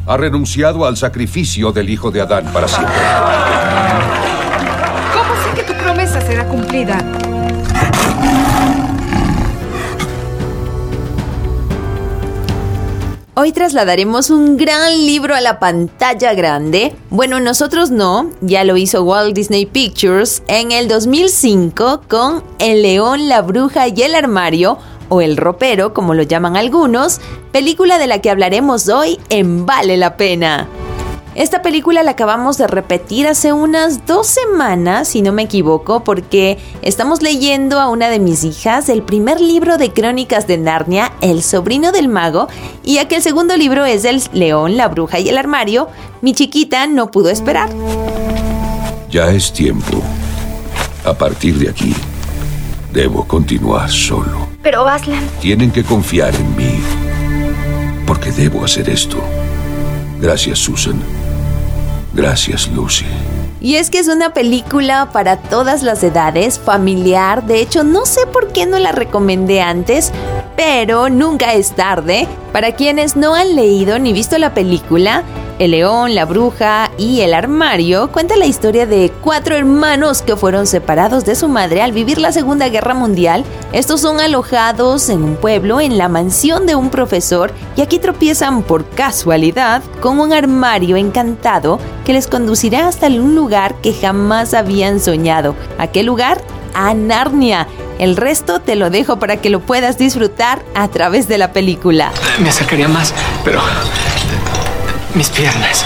Ha renunciado al sacrificio del hijo de Adán para siempre. ¿Cómo sé que tu promesa será cumplida? Hoy trasladaremos un gran libro a la pantalla grande. Bueno, nosotros no, ya lo hizo Walt Disney Pictures en el 2005 con El león, la bruja y el armario, o El ropero, como lo llaman algunos, película de la que hablaremos hoy en Vale la Pena. Esta película la acabamos de repetir hace unas 2 semanas, si no me equivoco, porque estamos leyendo a una de mis hijas el primer libro de Crónicas de Narnia, El sobrino del mago, y ya que el segundo libro es El león, la bruja y el armario, mi chiquita no pudo esperar. Ya es tiempo. A partir de aquí, debo continuar solo. Pero Aslan... Tienen que confiar en mí, porque debo hacer esto. Gracias, Susan. Gracias, Lucy. Y es que es una película para todas las edades, familiar. De hecho, no sé por qué no la recomendé antes, pero nunca es tarde. Para quienes no han leído ni visto la película, El león, la bruja y el armario cuenta la historia de 4 hermanos que fueron separados de su madre al vivir la Segunda Guerra Mundial. Estos son alojados en un pueblo en la mansión de un profesor y aquí tropiezan por casualidad con un armario encantado que les conducirá hasta un lugar que jamás habían soñado. ¿A qué lugar? A Narnia. El resto te lo dejo para que lo puedas disfrutar a través de la película. Me acercaría más, pero... mis piernas.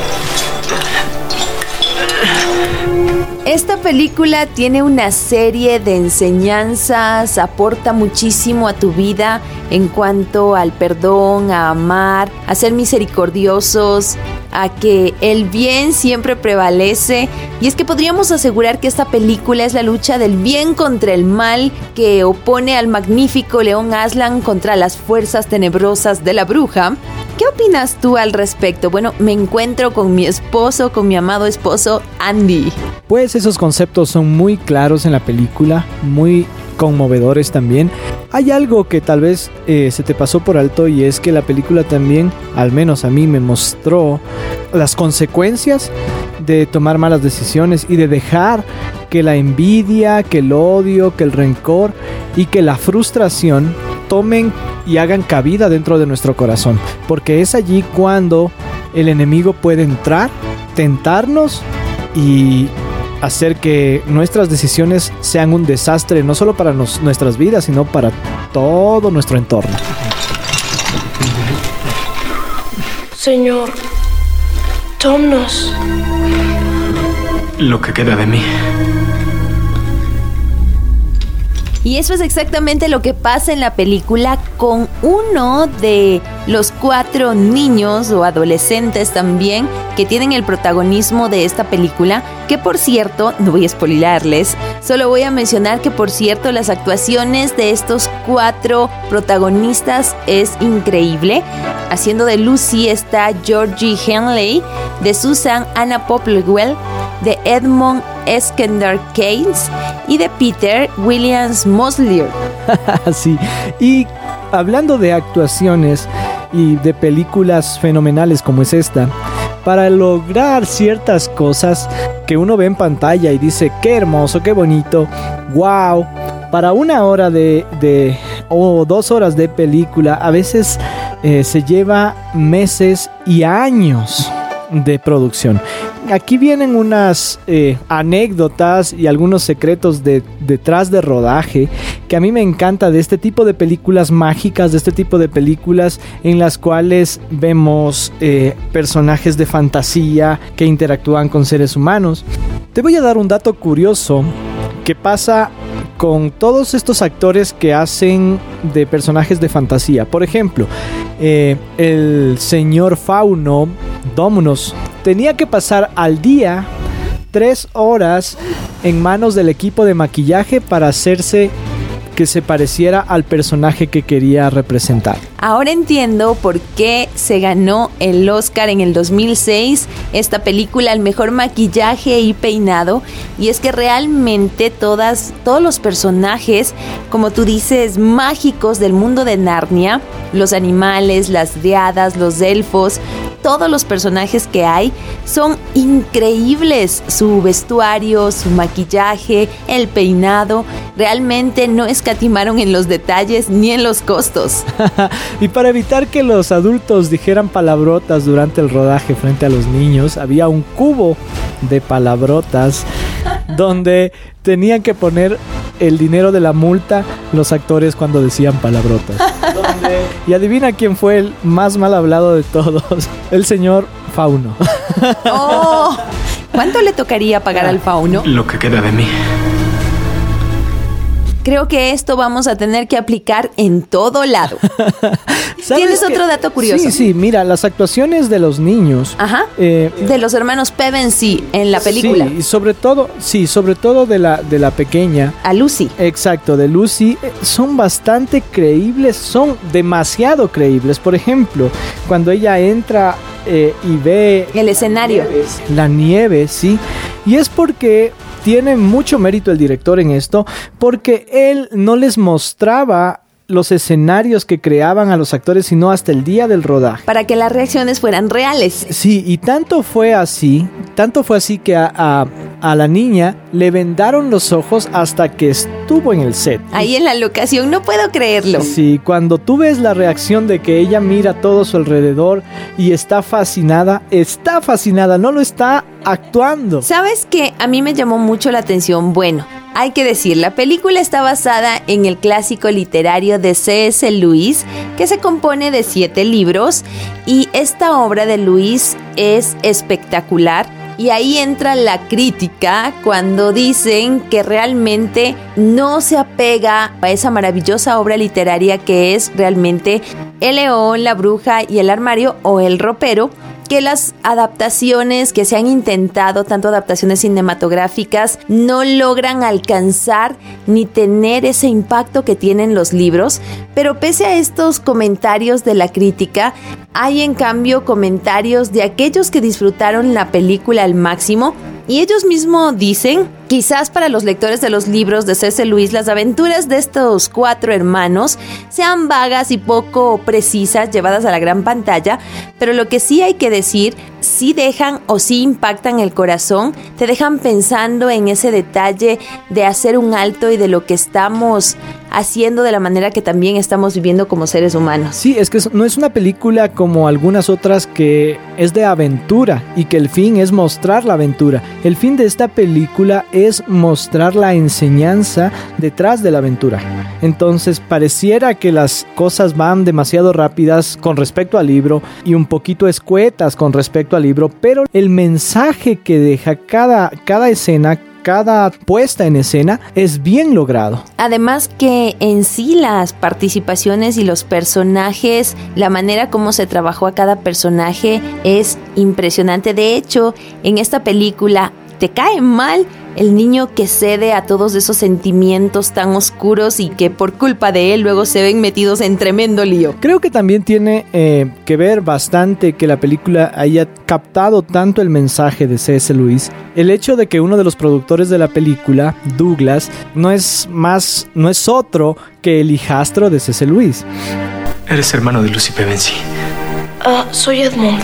Esta película tiene una serie de enseñanzas, aporta muchísimo a tu vida en cuanto al perdón, a amar, a ser misericordiosos, a que el bien siempre prevalece. Y es que podríamos asegurar que esta película es la lucha del bien contra el mal que opone al magnífico león Aslan contra las fuerzas tenebrosas de la bruja. ¿Qué opinas tú al respecto? Bueno, me encuentro con mi esposo, con mi amado esposo Andy. Pues esos conceptos son muy claros en la película, muy conmovedores también. Hay algo que tal vez se te pasó por alto, y es que la película también, al menos a mí, me mostró las consecuencias de tomar malas decisiones y de dejar que la envidia, que el odio, que el rencor y que la frustración tomen y hagan cabida dentro de nuestro corazón, porque es allí cuando el enemigo puede entrar, tentarnos y hacer que nuestras decisiones sean un desastre, no solo para nuestras vidas, sino para todo nuestro entorno. Señor, tómnos. Lo que queda de mí. Y eso es exactamente lo que pasa en la película con uno de los 4 niños o adolescentes también que tienen el protagonismo de esta película, que por cierto, no voy a spoilarles, solo voy a mencionar que por cierto las actuaciones de estos 4 protagonistas es increíble. Haciendo de Lucy está Georgie Henley, de Susan Anna Popplewell, de Edmund Eskandar Keynes y de Peter Williams Moslier. Sí, y hablando de actuaciones y de películas fenomenales como es esta, para lograr ciertas cosas que uno ve en pantalla y dice qué hermoso, qué bonito, wow, para 1 hora o 2 horas de película a veces se lleva meses y años de producción. Aquí vienen unas anécdotas y algunos secretos detrás de rodaje que a mí me encanta de este tipo de películas mágicas, de este tipo de películas en las cuales vemos personajes de fantasía que interactúan con seres humanos. Te voy a dar un dato curioso que pasa con todos estos actores que hacen de personajes de fantasía. Por ejemplo, el señor Fauno Dominos tenía que pasar al día 3 horas en manos del equipo de maquillaje para hacerse que se pareciera al personaje que quería representar. Ahora entiendo por qué se ganó el Oscar en el 2006 esta película al mejor maquillaje y peinado, y es que realmente todos los personajes, como tú dices, mágicos del mundo de Narnia, los animales, las dríadas, los elfos, todos los personajes que hay son increíbles. Su vestuario, su maquillaje, el peinado, realmente no escatimaron en los detalles ni en los costos. Y para evitar que los adultos dijeran palabrotas durante el rodaje frente a los niños, había un cubo de palabrotas donde tenían que poner el dinero de la multa los actores cuando decían palabrotas. Y adivina quién fue el más mal hablado de todos. El señor Fauno. Oh, ¿cuánto le tocaría pagar al Fauno? Lo que queda de mí. Creo que esto vamos a tener que aplicar en todo lado. ¿Tienes otro dato curioso? Sí, mira, las actuaciones de los niños. Ajá. De los hermanos Pevensey en la película. Sí, sobre todo de la pequeña. A Lucy. Exacto, de Lucy. Son bastante creíbles, son demasiado creíbles. Por ejemplo, cuando ella entra y ve el escenario. La nieve, sí. Y es porque tiene mucho mérito el director en esto, porque él no les mostraba los escenarios que creaban a los actores, sino hasta el día del rodaje. Para que las reacciones fueran reales. Sí, y tanto fue así que a la niña le vendaron los ojos hasta que estuvo en el set. Ahí en la locación, no puedo creerlo. Sí, cuando tú ves la reacción de que ella mira todo a su alrededor y está fascinada, no lo está actuando. ¿Sabes qué? A mí me llamó mucho la atención. Bueno, hay que decir, la película está basada en el clásico literario de C.S. Lewis, que se compone de 7 libros, y esta obra de Lewis es espectacular. Y ahí entra la crítica cuando dicen que realmente no se apega a esa maravillosa obra literaria que es realmente El León, la Bruja y el Armario, o El Ropero, que las adaptaciones que se han intentado, tanto adaptaciones cinematográficas, no logran alcanzar ni tener ese impacto que tienen los libros. Pero pese a estos comentarios de la crítica, hay en cambio comentarios de aquellos que disfrutaron la película al máximo, y ellos mismos dicen, quizás para los lectores de los libros de C.S. Lewis, las aventuras de estos 4 hermanos sean vagas y poco precisas llevadas a la gran pantalla, pero lo que sí hay que decir, sí dejan o sí impactan el corazón, te dejan pensando en ese detalle de hacer un alto y de lo que estamos haciendo, de la manera que también estamos viviendo como seres humanos. Sí, es que no es una película como algunas otras que es de aventura y que el fin es mostrar la aventura. El fin de esta película es mostrar la enseñanza detrás de la aventura. Entonces pareciera que las cosas van demasiado rápidas con respecto al libro y un poquito escuetas con respecto al libro, pero el mensaje que deja cada escena, cada puesta en escena es bien logrado. Además que en sí las participaciones y los personajes, la manera como se trabajó a cada personaje es impresionante. De hecho, en esta película te cae mal el niño que cede a todos esos sentimientos tan oscuros y que por culpa de él luego se ven metidos en tremendo lío. Creo que también tiene que ver bastante que la película haya captado tanto el mensaje de C.S. Lewis. El hecho de que uno de los productores de la película, Douglas, no es otro que el hijastro de C.S. Lewis. Eres hermano de Lucy Pevensey. Soy Edmund.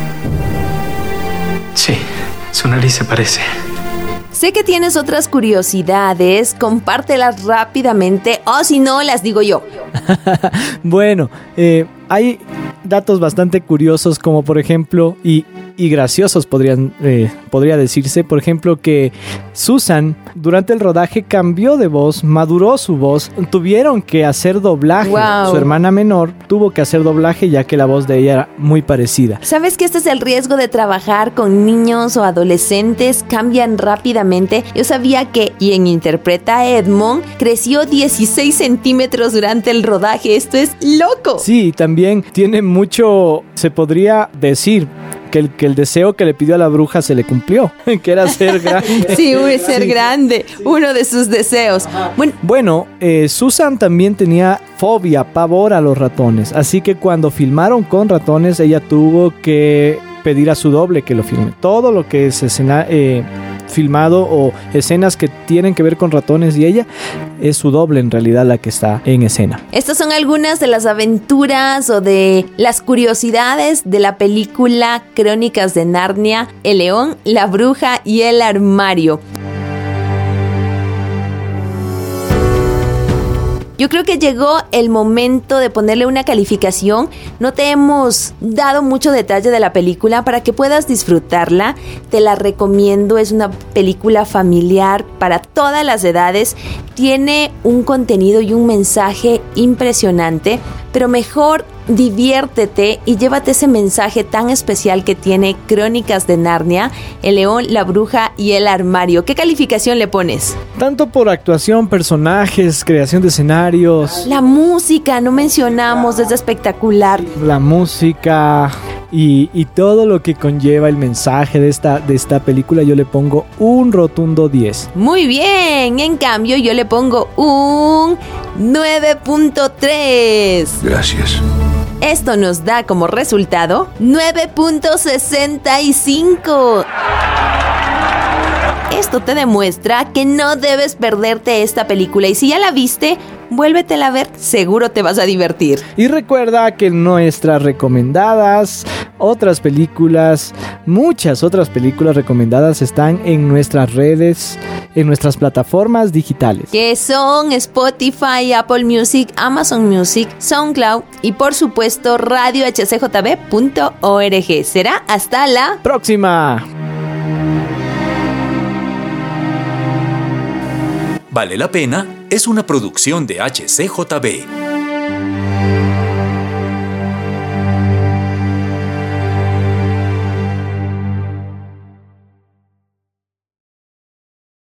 Sí, su nariz se parece. Sé que tienes otras curiosidades, compártelas rápidamente, o si no, las digo yo. Bueno, hay datos bastante curiosos, como por ejemplo, y graciosos podría decirse, por ejemplo, que Susan durante el rodaje cambió de voz, maduró su voz, tuvieron que hacer doblaje. Wow. Su hermana menor tuvo que hacer doblaje ya que la voz de ella era muy parecida. ¿Sabes que este es el riesgo de trabajar con niños o adolescentes? Cambian rápidamente. Yo sabía que quien interpreta a Edmund creció 16 centímetros durante el rodaje. Esto es loco. Sí, también tiene mucho, se podría decir, que el deseo que le pidió a la bruja se le cumplió, que era ser grande. Sí, ser grande, uno de sus deseos. Bueno, Susan también tenía fobia, pavor a los ratones, así que cuando filmaron con ratones, ella tuvo que pedir a su doble que lo filme. Todo lo que es filmado o escenas que tienen que ver con ratones y ella es su doble en realidad la que está en escena. Estas son algunas de las aventuras o de las curiosidades de la película Crónicas de Narnia, El león, la bruja y el armario. Yo creo que llegó el momento de ponerle una calificación. No te hemos dado mucho detalle de la película para que puedas disfrutarla. Te la recomiendo, es una película familiar para todas las edades. Tiene un contenido y un mensaje impresionante, pero mejor diviértete y llévate ese mensaje tan especial que tiene Crónicas de Narnia, El león, la bruja y el armario. ¿Qué calificación le pones? Tanto por actuación, personajes, creación de escenarios. La música, no mencionamos, es espectacular. La música y todo lo que conlleva el mensaje de esta película, yo le pongo un rotundo 10. Muy bien, en cambio yo le pongo un 9.3. Gracias. Esto nos da como resultado 9.65. Esto te demuestra que no debes perderte esta película y si ya la viste, vuélvetela a ver, seguro te vas a divertir. Y recuerda que nuestras recomendadas, otras películas, muchas otras películas recomendadas están en nuestras redes, en nuestras plataformas digitales. Que son Spotify, Apple Music, Amazon Music, SoundCloud y por supuesto radiohcjb.org. Será hasta la próxima. Vale la pena es una producción de HCJB.